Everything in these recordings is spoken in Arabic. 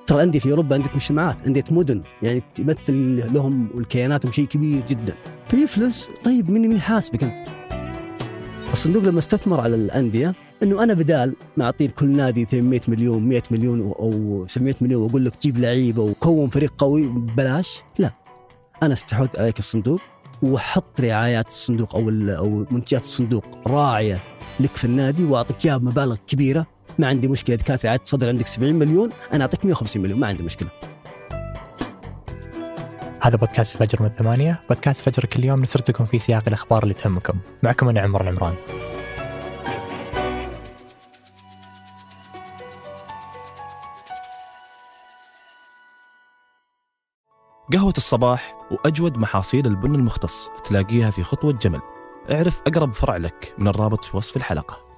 ترى الأندية في أوروبا أندية مجتمعات، أندية مدن، يعني تمثل لهم والكياناتهم شيء كبير جدا. فيفلس طيب مني من حاسبك أنت؟ الصندوق لما استثمر على الأندية إنه أنا بدال ما أعطي كل نادي 800 مليون 100 مليون أو 700 مليون وأقول لك جيب لعيبة وكون فريق قوي ببلاش، لا، أنا استحوذت عليك الصندوق وحط رعايات الصندوق أو منتجات الصندوق راعية لك في النادي وأعطيك إياها بمبالغ كبيرة. ما عندي مشكلة إذا كانت رعاية صدر عندك 70 مليون أنا أعطيك 150 مليون، ما عندي مشكلة. هذا بودكاست فجر من 8. بودكاست فجر كل يوم نسرد لكم في سياق الأخبار اللي تهمكم. معكم أنا عمر العمران. قهوة الصباح وأجود محاصيل البن المختص تلاقيها في خطوة جمل. اعرف أقرب فرع لك من الرابط في وصف الحلقة.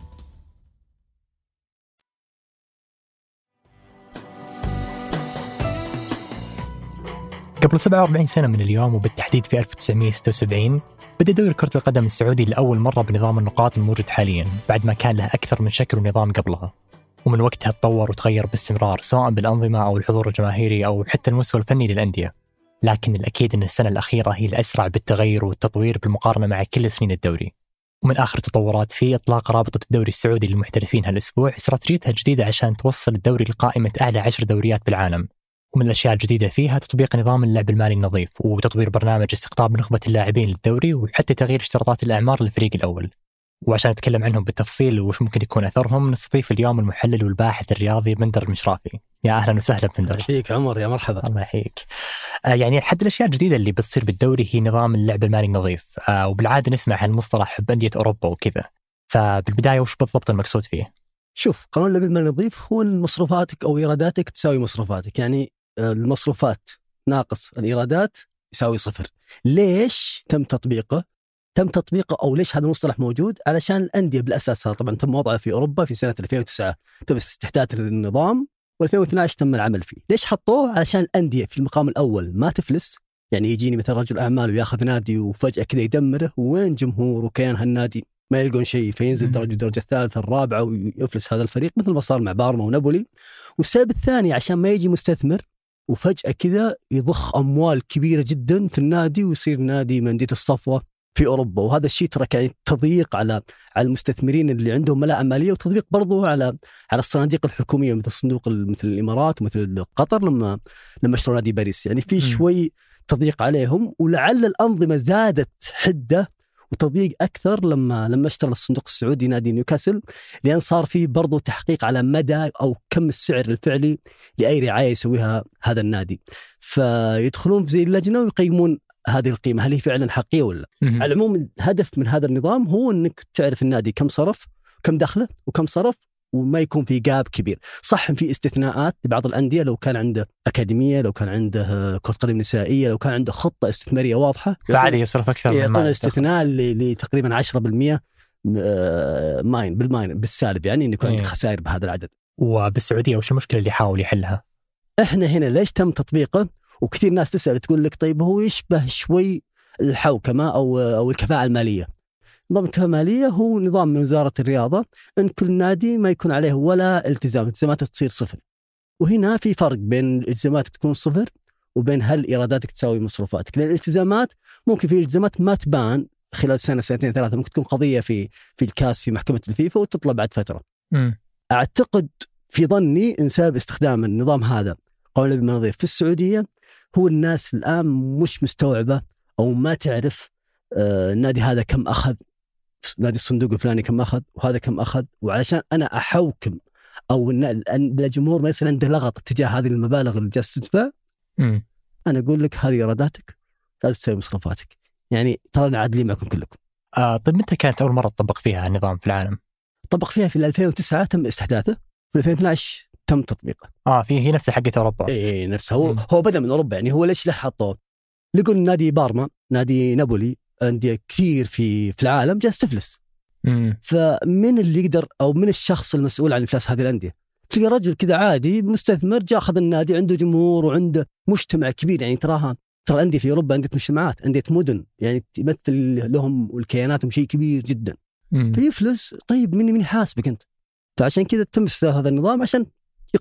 قبل 47 سنة من اليوم، وبالتحديد في 1976، بدأ دوري كرة القدم السعودي لأول مرة بنظام النقاط الموجود حالياً، بعد ما كان له أكثر من شكل ونظام قبلها. ومن وقتها تطور وتغير باستمرار، سواء بالأنظمة أو الحضور الجماهيري أو حتى المستوى الفني للأندية. لكن الأكيد أن السنة الأخيرة هي الأسرع بالتغير والتطوير بالمقارنة مع كل سنين الدوري. ومن آخر تطورات فيه إطلاق رابطة الدوري السعودي للمحترفين هالأسبوع، استراتيجيتها الجديدة عشان توصل الدوري لقائمة أعلى 10 دوريات بالعالم. ومن الأشياء الجديدة فيها تطبيق نظام اللعب المالي النظيف، وتطوير برنامج استقطاب نخبة اللاعبين للدوري، وحتى تغيير اشتراطات الأعمار للفريق الأول. وعشان نتكلم عنهم بالتفصيل وش ممكن يكون أثرهم، نستضيف اليوم المحلل والباحث الرياضي بندر المشرافي. يا أهلا وسهلا بندر. فيك عمر، يا مرحبا. الله يحييك. يعني أحد الأشياء الجديدة اللي بتصير بالدوري هي نظام اللعب المالي النظيف، وبالعادة نسمع هالمصطلح بأندية أوروبا وكذا. فبالبداية وش بالضبط المقصود فيه؟ شوف، قانون اللعب المالي النظيف هو مصروفاتك أو إيراداتك تساوي مصروفاتك، يعني المصروفات ناقص الإيرادات يساوي صفر. ليش تم تطبيقه أو ليش هذا المصطلح موجود؟ علشان الأندية بالأساس طبعا تم وضعه في أوروبا في سنة 2009 تم استحداث النظام، و2012 تم العمل فيه. ليش حطوه؟ علشان الأندية في المقام الأول ما تفلس. يعني يجيني مثل رجل أعمال وياخذ نادي وفجأة كذا يدمره، وين جمهور وكيان هالنادي؟ ما يلقون شيء، فينزل درجة الثالثة الرابعة ويفلس هذا الفريق، مثل ما صار مع بارما ونابولي. والسبب الثاني عشان ما يجي مستثمر وفجأة كذا يضخ أموال كبيرة جدا في النادي ويصير نادي من أندية الصفوة في أوروبا. وهذا الشيء ترى يعني تضييق على المستثمرين اللي عندهم ملاءة مالية، وتضييق برضو على الصناديق الحكومية مثل صندوق مثل الإمارات ومثل قطر لما اشتروا نادي باريس. يعني في شوي تضييق عليهم، ولعل الأنظمة زادت حدة وتضييق أكثر لما اشترى الصندوق السعودي نادي نيوكاسل، لأن صار فيه برضو تحقيق على مدى أو كم السعر الفعلي لأي رعاية يسويها هذا النادي. فيدخلون في زي اللجنة ويقيمون هذه القيمة هل هي فعلا حقيقية ولا. على العموم الهدف من هذا النظام هو أنك تعرف النادي كم صرف، كم دخله وكم صرف، وما يكون في جاب كبير. صح في استثناءات لبعض الأندية، لو كان عنده أكاديمية، لو كان عنده كرة قدم نسائية، لو كان عنده خطة استثمارية واضحة، فعادي يصرف أكثر. يعطون استثناء لتقريبا 10% بالسالب، يعني أن يكون عندك خسائر بهذا العدد. وبالسعودية وش المشكلة اللي يحاول يحلها؟ إحنا هنا ليش تم تطبيقه؟ وكثير ناس تسأل تقول لك طيب هو يشبه شوي الحوكمة أو الكفاءة المالية. نظام الكفاءة المالية هو نظام من وزارة الرياضة أن كل نادي ما يكون عليه ولا التزاماته تصير صفر. وهنا في فرق بين التزاماتك تكون صفر وبين هل إيراداتك تساوي مصروفاتك. لأن الالتزامات ممكن في التزامات ما تبان خلال سنة سنتين ثلاثة، ممكن تكون قضية في الكاس في محكمة الفيفا وتطلع بعد فترة. أعتقد في ظني إن سبب استخدام النظام هذا قانون اللعب النظيف في السعودية هو الناس الآن مش مستوعبة أو ما تعرف النادي هذا كم أخذ، نادي الصندوق الفلاني كم أخذ وهذا كم أخذ. وعلشان أنا أحوكم أو الجمهور ما يصير عنده لغط تجاه هذه المبالغ اللي جالس تدفع، أنا أقول لك هذه إيراداتك لازم تسوي مصروفاتك. يعني ترى عادلين معكم كلكم. طيب متى كانت أول مرة تطبق فيها النظام في العالم؟ طبق فيها في 2009 تم استحداثه، في 2012 تم تطبيقه. هي نفس حقة أوروبا. إيه نفسه. هو بدأ من أوروبا. يعني هو ليش حطوه؟ لقوا نادي بارما، نادي نابولي، أندية كثير في العالم جالس تفلس. فمن اللي يقدر أو من الشخص المسؤول عن إفلاس هذه الأندية؟ تلقى رجل كذا عادي مستثمر جاء أخذ النادي، عنده جمهور وعنده مجتمع كبير. يعني ترى الأندية في أوروبا أندية مجتمعات، أندية مدن، يعني تمثل لهم والكياناتهم شيء كبير جدا. فيفلس طيب مني حاسبك أنت. فعشان كذا تم استخدام هذا النظام عشان يقل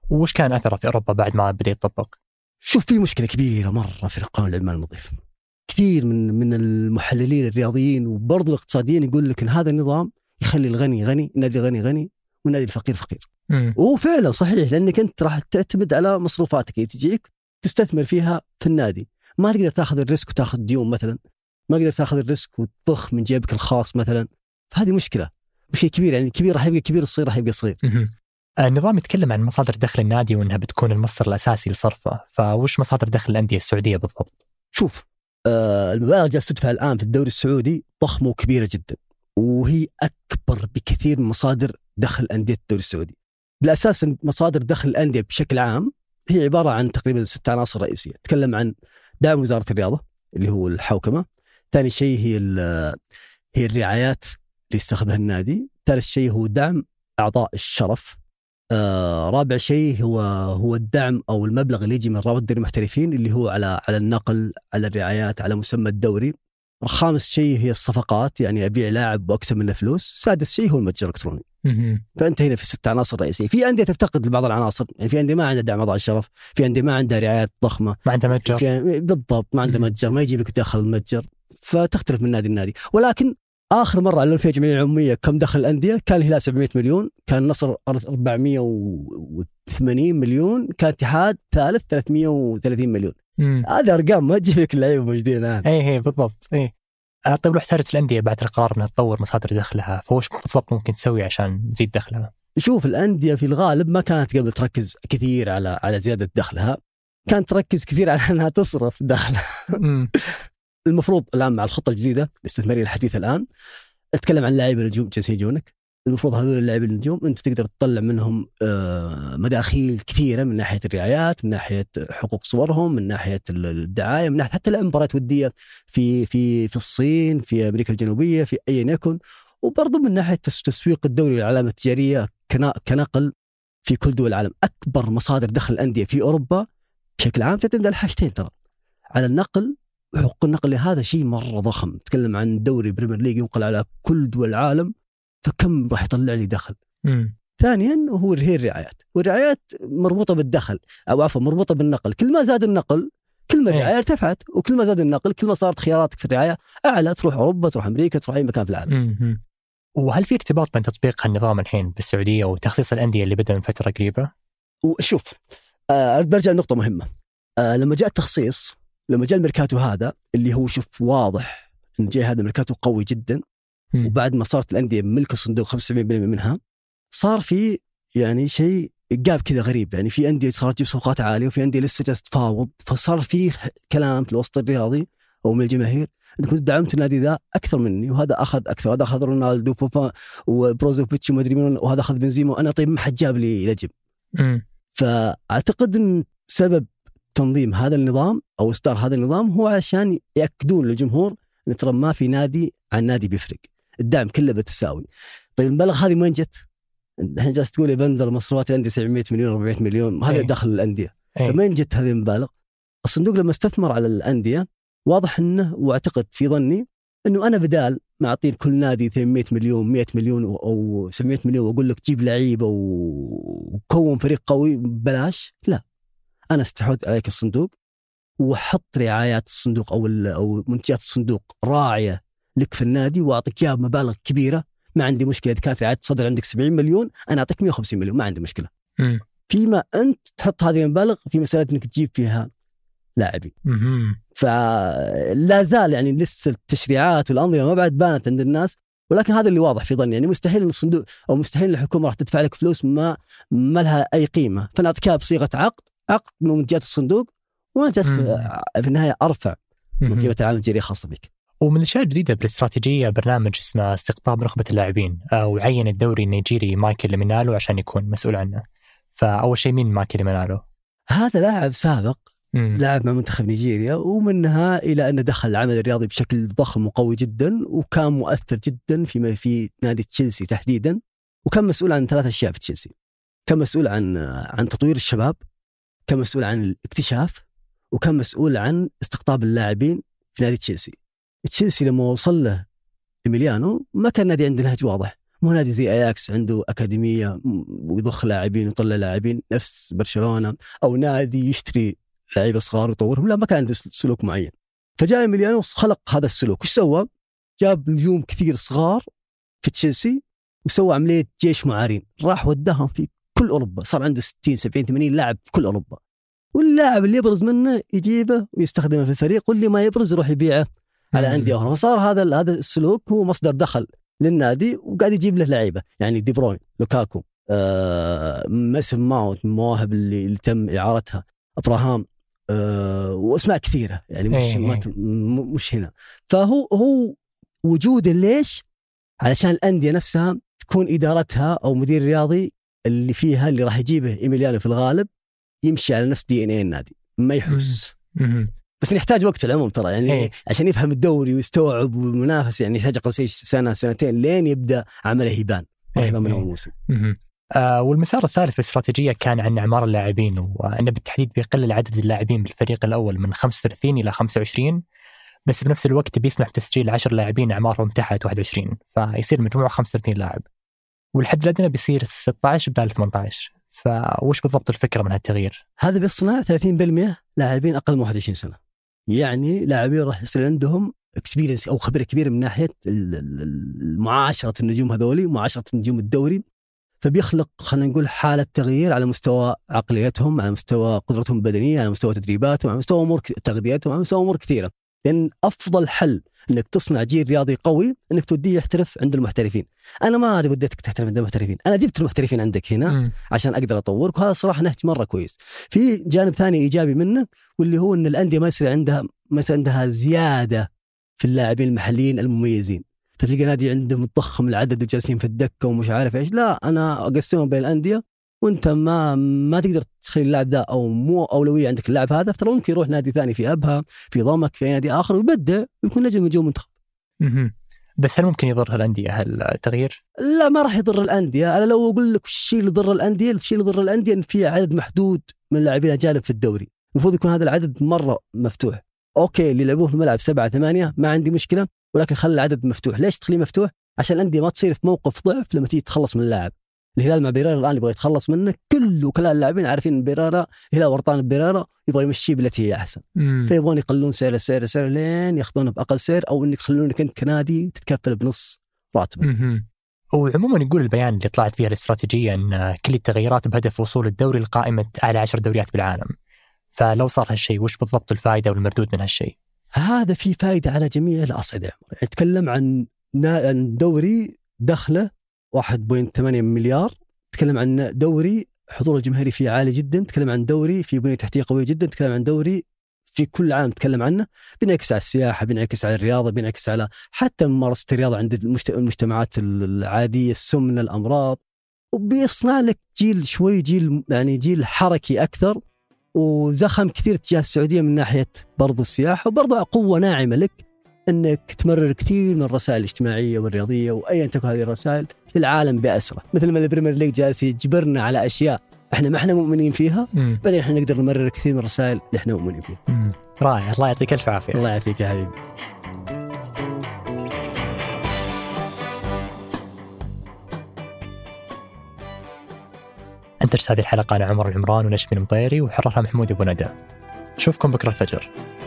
وش كان أثره في أوروبا بعد ما بدأ يطبق؟ شوف، في مشكلة كبيرة مرة في قانون العمال المضيف. كثير من المحللين الرياضيين وبرضو الاقتصاديين يقول لك إن هذا النظام يخلي الغني غني، النادي الغني غني، والنادي الفقير فقير. وهو فعلا صحيح، لأنك أنت راح تعتمد على مصروفاتك اللي تجيك تستثمر فيها في النادي. ما تقدر تاخذ الريسك وتاخذ ديون مثلا، ما تقدر تاخذ الريسك وتضخ من جيبك الخاص مثلا. فهذه مشكلة وشيء كبير، يعني الكبير راح يبقى كبير، الصغير راح يبقى صغير. النظام يتكلم عن مصادر دخل النادي وأنها بتكون المصدر الأساسي لصرفه، فوش مصادر دخل الأندية السعودية بالضبط؟ شوف، المبالغ جالسة تدفع الآن في الدوري السعودي ضخمة وكبيرة جدا، وهي أكبر بكثير من مصادر دخل أندية الدوري السعودي. بالأساس مصادر دخل الأندية بشكل عام هي عبارة عن تقريبا 6 عناصر رئيسية. تكلم عن دعم وزارة الرياضة اللي هو الحوكمة، ثاني شيء هي الرعايات اللي يستخدمها النادي، ثالث شيء هو دعم أعضاء الشرف، رابع شيء هو الدعم أو المبلغ اللي يجي من رابطة الدوري المحترفين اللي هو على النقل، على الرعايات، على مسمى الدوري. خامس شيء هي الصفقات، يعني أبيع لاعب وأكسب منه فلوس. سادس شيء هو المتجر الإلكتروني. فأنت هنا في 6 عناصر رئيسية. في أندية تفتقد لبعض العناصر، يعني في أندية ما عندها دعم أعضاء الشرف، في أندية ما عندها رعايات ضخمة، ما عندها متجر. بالضبط، ما عندها متجر، ما يجيب لك داخل المتجر، فتختلف من نادي لنادي. ولكن آخر مرة على الفئة الجمعية العمومية كم دخل الأندية؟ كان الهلال 700 مليون، كان النصر 480 مليون، كان اتحاد ثالث 330 مليون. هذه أرقام ما تجيب لك اللعيبة موجودين الآن. إيه بالضبط. إيه طيب، لو احتاجت الأندية بعد القرار أنها تطور مصادر دخلها، فوش بالضبط ممكن تسوي عشان تزيد دخلها؟ شوف، الأندية في الغالب ما كانت قبل تركز كثير على زيادة دخلها، كانت تركز كثير على أنها تصرف دخلها. المفروض الآن مع الخطة الجديدة الاستثمارية الحديثة الآن اتكلم عن لاعبين النجوم جالسين يجونك. المفروض هذول اللاعبين النجوم انت تقدر تطلع منهم مداخيل كثيره، من ناحيه الرعايات، من ناحيه حقوق صورهم، من ناحيه الدعايه، من ناحيه حتى مباريات وديه في الصين، في امريكا الجنوبيه، في اي يكن، وبرضه من ناحيه تسويق الدوري والعلامه التجاريه كنقل في كل دول العالم. اكبر مصادر دخل الانديه في اوروبا بشكل عام تعتمد على حاجتين ترى، على النقل وحقوق النقل. هذا شيء مرة ضخم. تكلم عن دوري بريمير ليج ينقل على كل دول العالم، فكم راح يطلع لي دخل. ثانيا هي الرعايات، والرعايات مربوطة بالدخل، أو عفوا مربوطة بالنقل. كل ما زاد النقل كل ما الرعاية ارتفعت، وكل ما زاد النقل كل ما صارت خياراتك في الرعاية أعلى، تروح أوروبا، تروح أمريكا، تروح أي مكان في العالم. وهل في ارتباط بين تطبيق هالنظام الحين بالسعودية وتخصيص الأندية اللي بدأ من فترة قريبة؟ وشوف، برجع لنقطة مهمة. لما جاء التخصيص، لما جاء الميركاتو هذا اللي هو شوف واضح إن جاء هذا الميركاتو قوي جدا، وبعد ما صارت الأندية ملك الصندوق 75% منها، صار في يعني شيء جاب كذا غريب. يعني في أندية صارت تجيب صفقات عالية، وفي أندية لسه جالسة تفاوض. فصار في كلام في الوسط الرياضي أو من الجماهير إن كنت دعمت النادي ذا أكثر مني، وهذا أخذ أكثر، هذا أخذ رونالدو وبروزوفيتش وما أدري مين، وهذا أخذ بنزيما، وأنا طيب ما حد جاب لي لجب. فأعتقد إن سبب تنظيم هذا النظام أو إصدار هذا النظام هو عشان يأكدون للجمهور إن ترى ما في نادي عن نادي بيفرق، الدعم كله بتساوي. طيب المبالغ هذه وين جت؟ الحين جالس تقول يا بندر مصروفات الأندية 700 مليون 400 مليون، هذا دخل الأندية. فمين جت هذه المبالغ؟ الصندوق لما استثمر على الأندية واضح إنه، واعتقد في ظني إنه أنا بدال ما أعطيه كل نادي 800 مليون 100 مليون أو 700 مليون وأقول لك جيب لعيبة وكون فريق قوي ببلاش، لا، أنا استحوذ عليك الصندوق وحط رعايات الصندوق أو منتجات الصندوق راعية لك في النادي، وأعطيك إياها بمبالغ كبيرة. ما عندي مشكلة إذا كانت رعاية صدر عندك 70 مليون، أنا أعطيك 150 مليون، ما عندي مشكلة. فيما أنت تحط هذه المبالغ في مسألة إنك تجيب فيها لاعبين. فلا زال يعني لسه التشريعات والأنظمة ما بعد بانت عند الناس، ولكن هذا اللي واضح في ظني. يعني مستحيل إن الصندوق أو مستحيل الحكومة راح تدفع لك فلوس ما لها أي قيمة، فنعطيكها بصيغة عقد من منتجات الصندوق، وأنت في النهاية أرفع من قيمة العالم التجارية خاصة بك. ومن الأشياء الجديدة بالاستراتيجية برنامج اسمه استقطاب نخبة اللاعبين، وعين الدوري النيجيري مايكل مينالو عشان يكون مسؤول عنه. فأول شيء مين مايكل مينالو؟ هذا لاعب سابق، لاعب مع منتخب نيجيريا، ومنها إلى أن دخل العمل الرياضي بشكل ضخم وقوي جدا، وكان مؤثر جدا في نادي تشيلسي تحديدا. وكان مسؤول عن 3 أشياء في تشيلسي. كان مسؤول عن تطوير الشباب، كان مسؤول عن الاكتشاف، وكان مسؤول عن استقطاب اللاعبين في نادي تشيلسي. تشيلسي لما وصل له إيميليانو ما كان نادي عنده نهج واضح، مو نادي زي اياكس عنده اكاديميه ويضخ لاعبين ويطلع لاعبين نفس برشلونه، او نادي يشتري لعيبه صغار ويطورهم. لا، ما كان عنده سلوك معين. فجاء إيميليانو خلق هذا السلوك. وش سوى؟ جاب نجوم كثير صغار في تشيلسي وسوى عمليه جيش معارين، راح وداهم في كل اوروبا، صار عنده 60 70 80 لاعب في كل اوروبا، واللاعب اللي يبرز منه يجيبه ويستخدمه في الفريق، واللي ما يبرز يروح يبيعه على أندية أخرى. فصار هذا السلوك هو مصدر دخل للنادي، وقاعد يجيب له لعيبة، يعني دي بروين، لوكاكو، ماسن ماونت، المواهب اللي تم إعارتها، أبراهام، وأسماء كثيرة يعني مش هنا. فهو وجوده ليش؟ علشان الأندية نفسها تكون إدارتها أو مدير رياضي اللي فيها اللي راح يجيبه إيميليانو في الغالب يمشي على نفس DNA النادي، ما يحوس. بس يحتاج وقت العموم ترى، يعني عشان يفهم الدوري ويستوعب والمنافسة، يعني يحتاج قصير سنة سنتين لين يبدأ عمله يبان من أول موسم. والمسار الثالث في الاستراتيجية كان عن إعمار اللاعبين، وأنه بالتحديد بيقلل عدد اللاعبين بالفريق الأول من 35 إلى 25، بس بنفس الوقت بيسمح بتسجيل 10 لاعبين أعمارهم تحت 21، فيصير مجموعة 35 لاعب، والحد الأدنى بيصير 16 بدال 18. فوش بالضبط الفكرة من هالتغيير؟ هذا بيصنع 30% لاعبين أقل من 21 سنة، يعني لاعبين راح يصير عندهم اكسبيرينس أو خبرة كبيرة من ناحية معاشرة النجوم هذولي ومعاشرة النجوم الدوري. فبيخلق خلينا نقول حالة تغيير على مستوى عقليتهم، على مستوى قدرتهم البدنية، على مستوى تدريباتهم، على مستوى أمور تغذيتهم، على مستوى أمور كثيرة. لأن أفضل حل إنك تصنع جيل رياضي قوي إنك توديه يحترف عند المحترفين. أنا ما وديتك تحترف عند المحترفين، أنا جبت المحترفين عندك هنا عشان أقدر أطورك، وهذا صراحة نهج مرة كويس. في جانب ثاني إيجابي منه، واللي هو إن الأندية ما يصير عندها زيادة في اللاعبين المحليين المميزين. فتلقى نادي عندهم تضخم العدد وجالسين في الدكة ومش عارف إيش. لا، أنا أقسمهم بين الأندية، وأنت ما تقدر تخلي اللاعب ذا أو مو أولوية عندك اللاعب هذا، فترى ممكن يروح نادي ثاني في أبها، في ضمك، في نادي آخر، ويبدع ويكون نجم نجوم منتخب. بس هل ممكن يضر الأندية هالتغيير؟ لا، ما راح يضر الأندية. أنا لو أقول لك الشيء اللي ضر الأندية، الشيء اللي ضر الأندية إن في عدد محدود من اللاعبين الأجانب في الدوري، المفروض يكون هذا العدد مرة مفتوح. أوكي، اللي يلعبون في الملعب 7-8 ما عندي مشكلة، ولكن خلي العدد مفتوح. ليش تخليه مفتوح؟ عشان الأندية ما تصير في موقف ضعف لما تيجي تخلص من اللاعب. الهلال مع بيريرا الآن يبغى يتخلص منه، كل وكلاء اللاعبين عارفين بيريرا، الهلال ورطان بيريرا، يبغى يمشيه بالتي هي أحسن. فيبغون يقلون سعر لين ياخذونه بأقل سعر، أو إنك يخلونك أنت كنادي تتكفل بنص راتبه. وعموما يقول البيان اللي طلعت فيها الاستراتيجية أن كل التغييرات بهدف وصول الدوري لقائمة أعلى 10 دوريات بالعالم. فلو صار هالشيء، وش بالضبط الفائدة والمردود من هالشيء؟ هذا في فائدة على جميع الأصعدة. يتكلم عن دوري دخله 1.8 مليار، تكلم عن دوري حضور الجماهيري فيه عالي جدا، تكلم عن دوري في بنية تحتية قوية جدا، تكلم عن دوري في كل عام تكلم عنه، بينعكس على السياحة، بينعكس على الرياضة، بينعكس على حتى ممارسة الرياضة عند المجتمعات العادية، السمنة، الأمراض، وبيصنع لك جيل حركي أكثر، وزخم كثير تجاه السعودية من ناحية برضو السياحة، وبرضو قوة ناعمة لك أنك تمرر كثير من الرسائل الاجتماعية والرياضية وأيا تكن هذه الرسائل للعالم بأسرة. مثل ما البريمير ليج جالس يجبرنا على أشياء إحنا ما إحنا مؤمنين فيها، بعدين إحنا نقدر نمرر كثير من الرسائل اللي إحنا مؤمنين فيها. رائع، الله يعطيك ألف عافية. الله يعافيك يا حبيبي. أنتجت هذه الحلقة أنا عمر العمران ونشمي المطيري، وحررها محمود أبو ندى. نشوفكم بكرة الفجر.